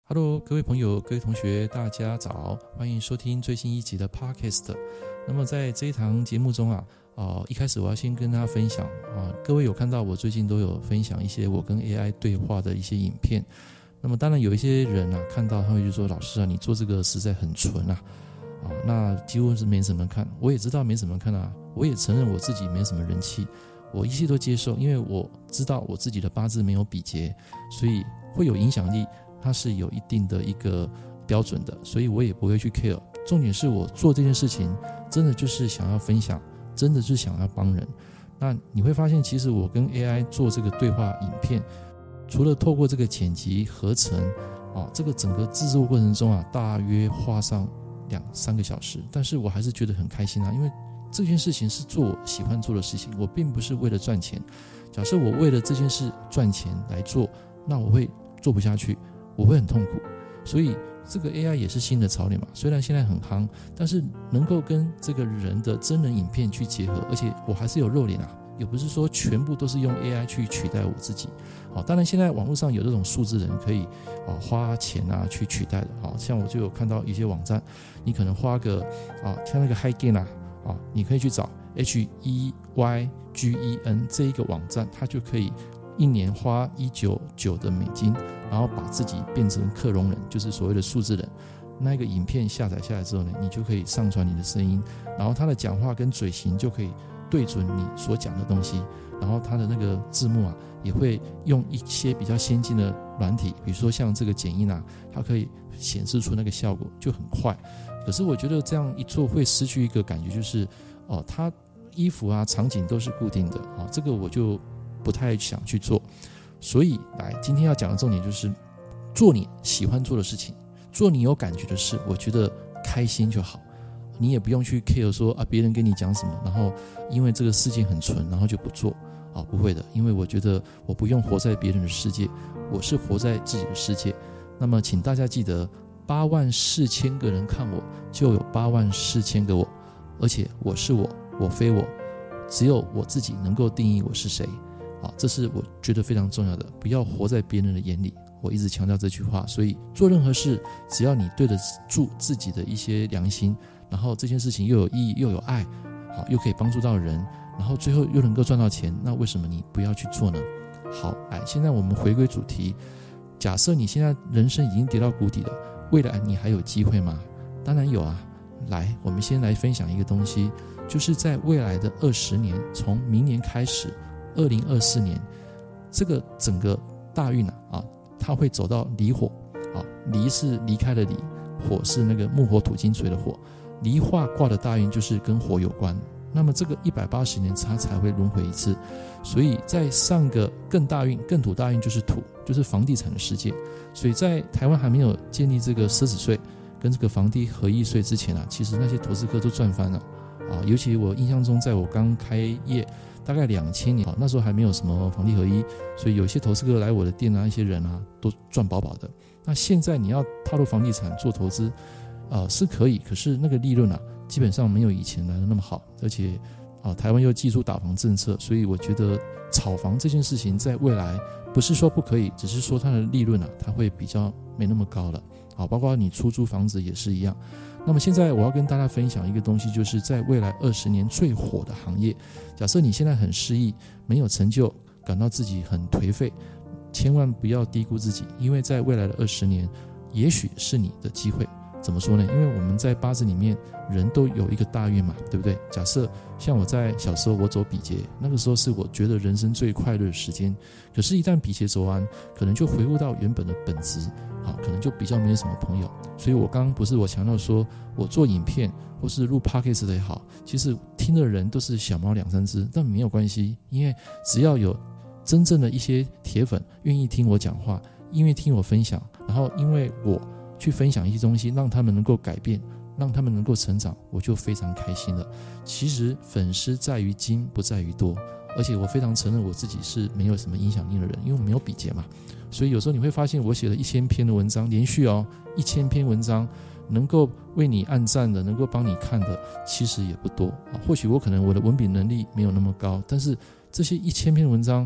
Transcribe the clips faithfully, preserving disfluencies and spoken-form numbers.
Hello， 各位朋友、各位同学，大家早，欢迎收听最新一集的 Podcast。那么在这一堂节目中啊，呃，一开始我要先跟大家分享啊，各位有看到我最近都有分享一些我跟 A I 对话的一些影片。那么当然有一些人啊看到他会就说，老师啊，你做这个实在很纯啊，啊，那几乎是没什么人看。我也知道没什么人看啊，我也承认我自己没什么人气，我一切都接受，因为我知道我自己的八字没有比劫，所以会有影响力。它是有一定的一个标准的，所以我也不会去 care。重点是我做这件事情真的就是想要分享，真的是想要帮人。那你会发现其实我跟 A I 做这个对话影片，除了透过这个剪辑合成啊，这个整个制作过程中啊，大约花上两三个小时，但是我还是觉得很开心啊，因为这件事情是做我喜欢做的事情，我并不是为了赚钱。假设我为了这件事赚钱来做，那我会做不下去，我会很痛苦。所以这个 A I 也是新的潮流嘛，虽然现在很夯，但是能够跟这个人的真人影片去结合，而且我还是有露脸啊，也不是说全部都是用 A I 去取代我自己。好，当然现在网络上有这种数字人可以啊花钱啊去取代的，好像我就有看到一些网站，你可能花个啊像那个 HeyGen 啊啊，你可以去找 H E Y G E N 这一个网站，它就可以一年花一百九十九的美金，然后把自己变成克隆人，就是所谓的数字人。那个影片下载下来之后呢，你就可以上传你的声音，然后他的讲话跟嘴型就可以对准你所讲的东西，然后他的那个字幕啊，也会用一些比较先进的软体，比如说像这个剪映啊，它可以显示出那个效果，就很快。可是我觉得这样一做会失去一个感觉，就是哦，它衣服啊、场景都是固定的啊，这个我就不太想去做。所以来今天要讲的重点就是做你喜欢做的事情，做你有感觉的事，我觉得开心就好。你也不用去 care 说啊别人跟你讲什么，然后因为这个事情很纯，然后就不做啊，不会的，因为我觉得我不用活在别人的世界，我是活在自己的世界。那么请大家记得，八万四千个人看我，就有八万四千个我，而且我是我，我非我，只有我自己能够定义我是谁。啊，这是我觉得非常重要的，不要活在别人的眼里。我一直强调这句话，所以做任何事，只要你对得住自己的一些良心，然后这件事情又有意义又有爱，好，又可以帮助到人，然后最后又能够赚到钱，那为什么你不要去做呢？好，来，现在我们回归主题。假设你现在人生已经跌到谷底了，未来你还有机会吗？当然有啊。来，我们先来分享一个东西，就是在未来的二十年，从明年开始，二零二四年，这个整个大运啊，啊，它会走到离火啊，离是离开的离，火是那个木火土金水的火，离化卦的大运就是跟火有关。那么这个一百八十年它才会轮回一次，所以在上个更大运、更土大运就是土，就是房地产的世界。所以在台湾还没有建立这个奢侈税跟这个房地合一税之前啊，其实那些投资客都赚翻了啊！尤其我印象中，在我刚开业大概两千年，那时候还没有什么房地合一，所以有些投资客来我的店啊，一些人啊都赚饱饱的。那现在你要踏入房地产做投资，呃是可以，可是那个利润啊，基本上没有以前来的那么好，而且啊，台湾又祭出打房政策，所以我觉得炒房这件事情在未来不是说不可以，只是说它的利润啊，它会比较没那么高了。好，包括你出租房子也是一样。那么现在我要跟大家分享一个东西，就是在未来二十年最火的行业。假设你现在很失意，没有成就，感到自己很颓废，千万不要低估自己，因为在未来的二十年，也许是你的机会。怎么说呢？因为我们在八字里面人都有一个大运嘛，对不对？假设像我在小时候我走比劫，那个时候是我觉得人生最快乐的时间，可是一旦比劫走完，可能就回复到原本的本质，好，可能就比较没有什么朋友。所以我刚刚不是我强调说我做影片或是录 podcast 的也好，其实听的人都是小猫两三只，但没有关系，因为只要有真正的一些铁粉愿意听我讲话，因为听我分享，然后因为我去分享一些东西，让他们能够改变，让他们能够成长，我就非常开心了。其实粉丝在于精，不在于多，而且我非常承认我自己是没有什么影响力的人，因为我没有比劫嘛。所以有时候你会发现，我写了一千篇的文章，连续哦，一千篇文章，能够为你按赞的，能够帮你看的，其实也不多啊。或许我可能我的文笔能力没有那么高，但是这些一千篇文章，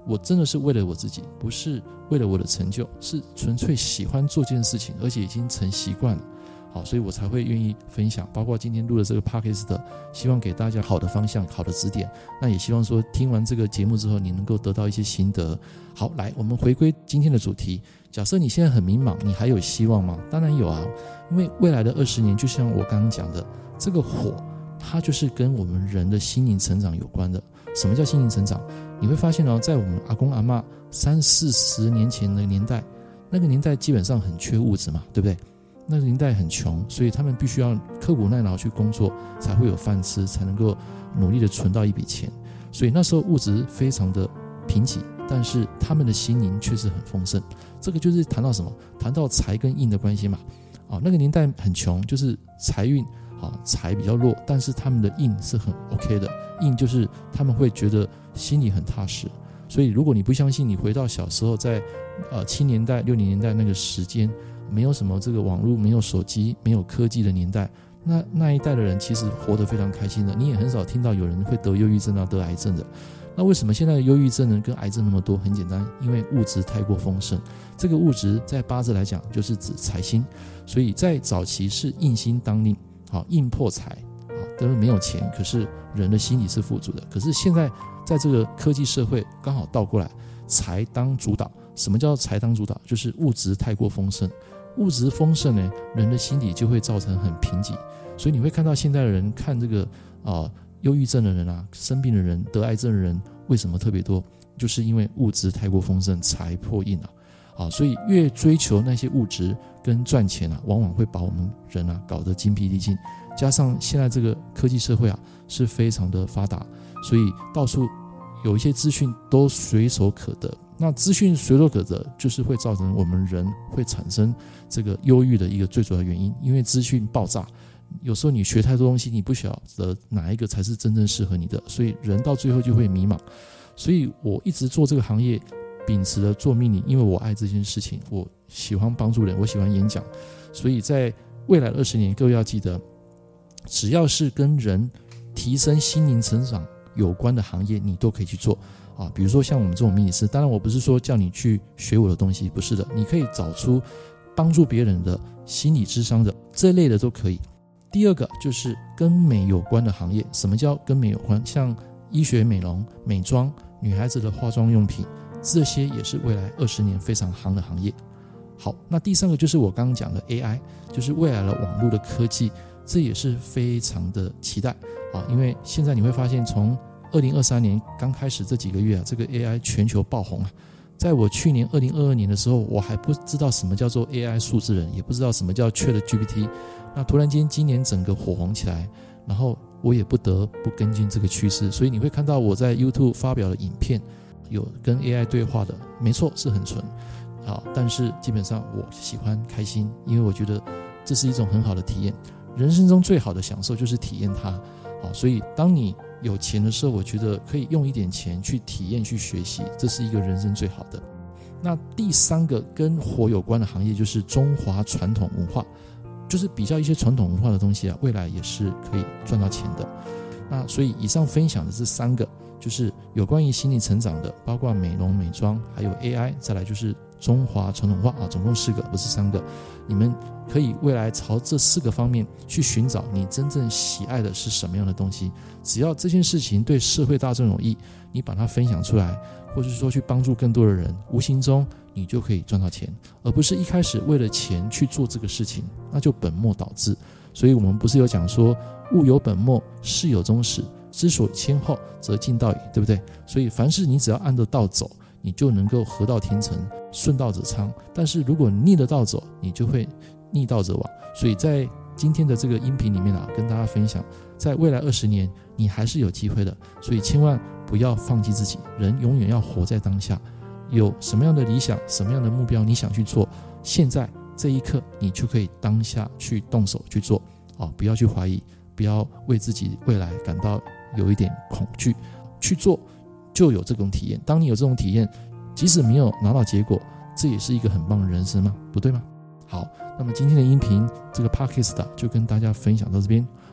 我真的是为了我自己，不是为了我的成就，是纯粹喜欢做这件事情，而且已经成习惯了。好，所以我才会愿意分享，包括今天录的这个 podcast， 希望给大家好的方向、好的指点。那也希望说听完这个节目之后，你能够得到一些心得。好，来，我们回归今天的主题。假设你现在很迷茫，你还有希望吗？当然有啊，因为未来的二十年，就像我刚刚讲的，这个火，它就是跟我们人的心灵成长有关的。什么叫心灵成长？你会发现哦，在我们阿公阿嬷三四十年前的年代，那个年代基本上很缺物质嘛，对不对？那个年代很穷，所以他们必须要刻苦耐劳去工作，才会有饭吃，才能够努力的存到一笔钱。所以那时候物质非常的贫瘠，但是他们的心灵却是很丰盛。这个就是谈到什么？谈到财跟印的关系嘛。啊，那个年代很穷，就是财运啊，财比较弱，但是他们的印是很 OK 的。印就是他们会觉得心里很踏实。所以如果你不相信，你回到小时候在呃七年代、六零年代那个时间。没有什么这个网络，没有手机，没有科技的年代，那那一代的人其实活得非常开心的。你也很少听到有人会得忧郁症啊，得癌症的。那为什么现在的忧郁症呢跟癌症那么多？很简单，因为物质太过丰盛。这个物质在八字来讲就是指财星，所以在早期是印星当令，好，印破财，好，都没有钱，可是人的心理是富足的。可是现在在这个科技社会刚好倒过来，财当主导。什么叫财当主导？就是物质太过丰盛。物质丰盛呢，人的心理就会造成很贫瘠，所以你会看到现在的人看这个啊，忧郁症的人啊，生病的人，得癌症的人，为什么特别多？就是因为物质太过丰盛，财破印啊，啊，所以越追求那些物质跟赚钱啊，往往会把我们人啊搞得精疲力尽。加上现在这个科技社会啊是非常的发达，所以到处有一些资讯都随手可得。那资讯随手可得，就是会造成我们人会产生这个忧郁的一个最主要原因。因为资讯爆炸，有时候你学太多东西，你不晓得哪一个才是真正适合你的，所以人到最后就会迷茫。所以我一直做这个行业，秉持了做命理，因为我爱这件事情，我喜欢帮助人，我喜欢演讲。所以在未来的二十年，各位要记得，只要是跟人提升心灵成长有关的行业，你都可以去做。啊，比如说像我们这种命理师，当然我不是说叫你去学我的东西，不是的，你可以找出帮助别人的心理智商的这类的都可以。第二个就是跟美有关的行业。什么叫跟美有关？像医学美容、美妆、女孩子的化妆用品，这些也是未来二十年非常夯的行业。好，那第三个就是我刚刚讲的 A I， 就是未来的网络的科技，这也是非常的期待啊，因为现在你会发现从二零二三年刚开始这几个月啊，这个 A I 全球爆红啊。在我去年二零二二年的时候，我还不知道什么叫做 A I 数字人，也不知道什么叫 ChatGPT。那突然间今年整个火红起来，然后我也不得不跟进这个趋势。所以你会看到我在 YouTube 发表的影片，有跟 A I 对话的，没错，是很纯啊。但是基本上我喜欢开心，因为我觉得这是一种很好的体验。人生中最好的享受就是体验它。好，所以当你有钱的时候，我觉得可以用一点钱去体验、去学习，这是一个人生最好的。那第三个跟火有关的行业就是中华传统文化，就是比较一些传统文化的东西啊，未来也是可以赚到钱的。那所以以上分享的这三个，就是有关于心理成长的，包括美容、美妆，还有 A I， 再来就是中华传统文化啊，总共四个，不是三个。你们可以未来朝这四个方面去寻找你真正喜爱的是什么样的东西。只要这件事情对社会大众有益，你把它分享出来，或是说去帮助更多的人，无形中你就可以赚到钱，而不是一开始为了钱去做这个事情，那就本末倒置。所以我们不是有讲说物有本末，事有终始，知所谦后则近道矣，对不对？所以凡事你只要按着道走，你就能够合道天成，顺道者昌。但是如果你逆着道走，你就会逆道者亡。所以在今天的这个音频里面啊，跟大家分享，在未来二十年你还是有机会的，所以千万不要放弃自己。人永远要活在当下，有什么样的理想，什么样的目标你想去做，现在这一刻你就可以当下去动手去做啊！不要去怀疑，不要为自己未来感到有一点恐惧，去做就有这种体验。当你有这种体验，即使没有拿到结果，这也是一个很棒的人生嘛，不对吗？好，那么今天的音频这个 podcast 就跟大家分享到这边。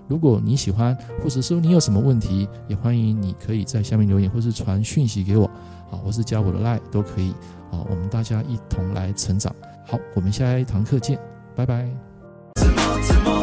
如果你喜欢，或者说你有什么问题，也欢迎你可以在下面留言，或是传讯息给我，好，或是加我的 LINE 都可以，好，我们大家一同来成长。好，我们下一堂课见，拜拜。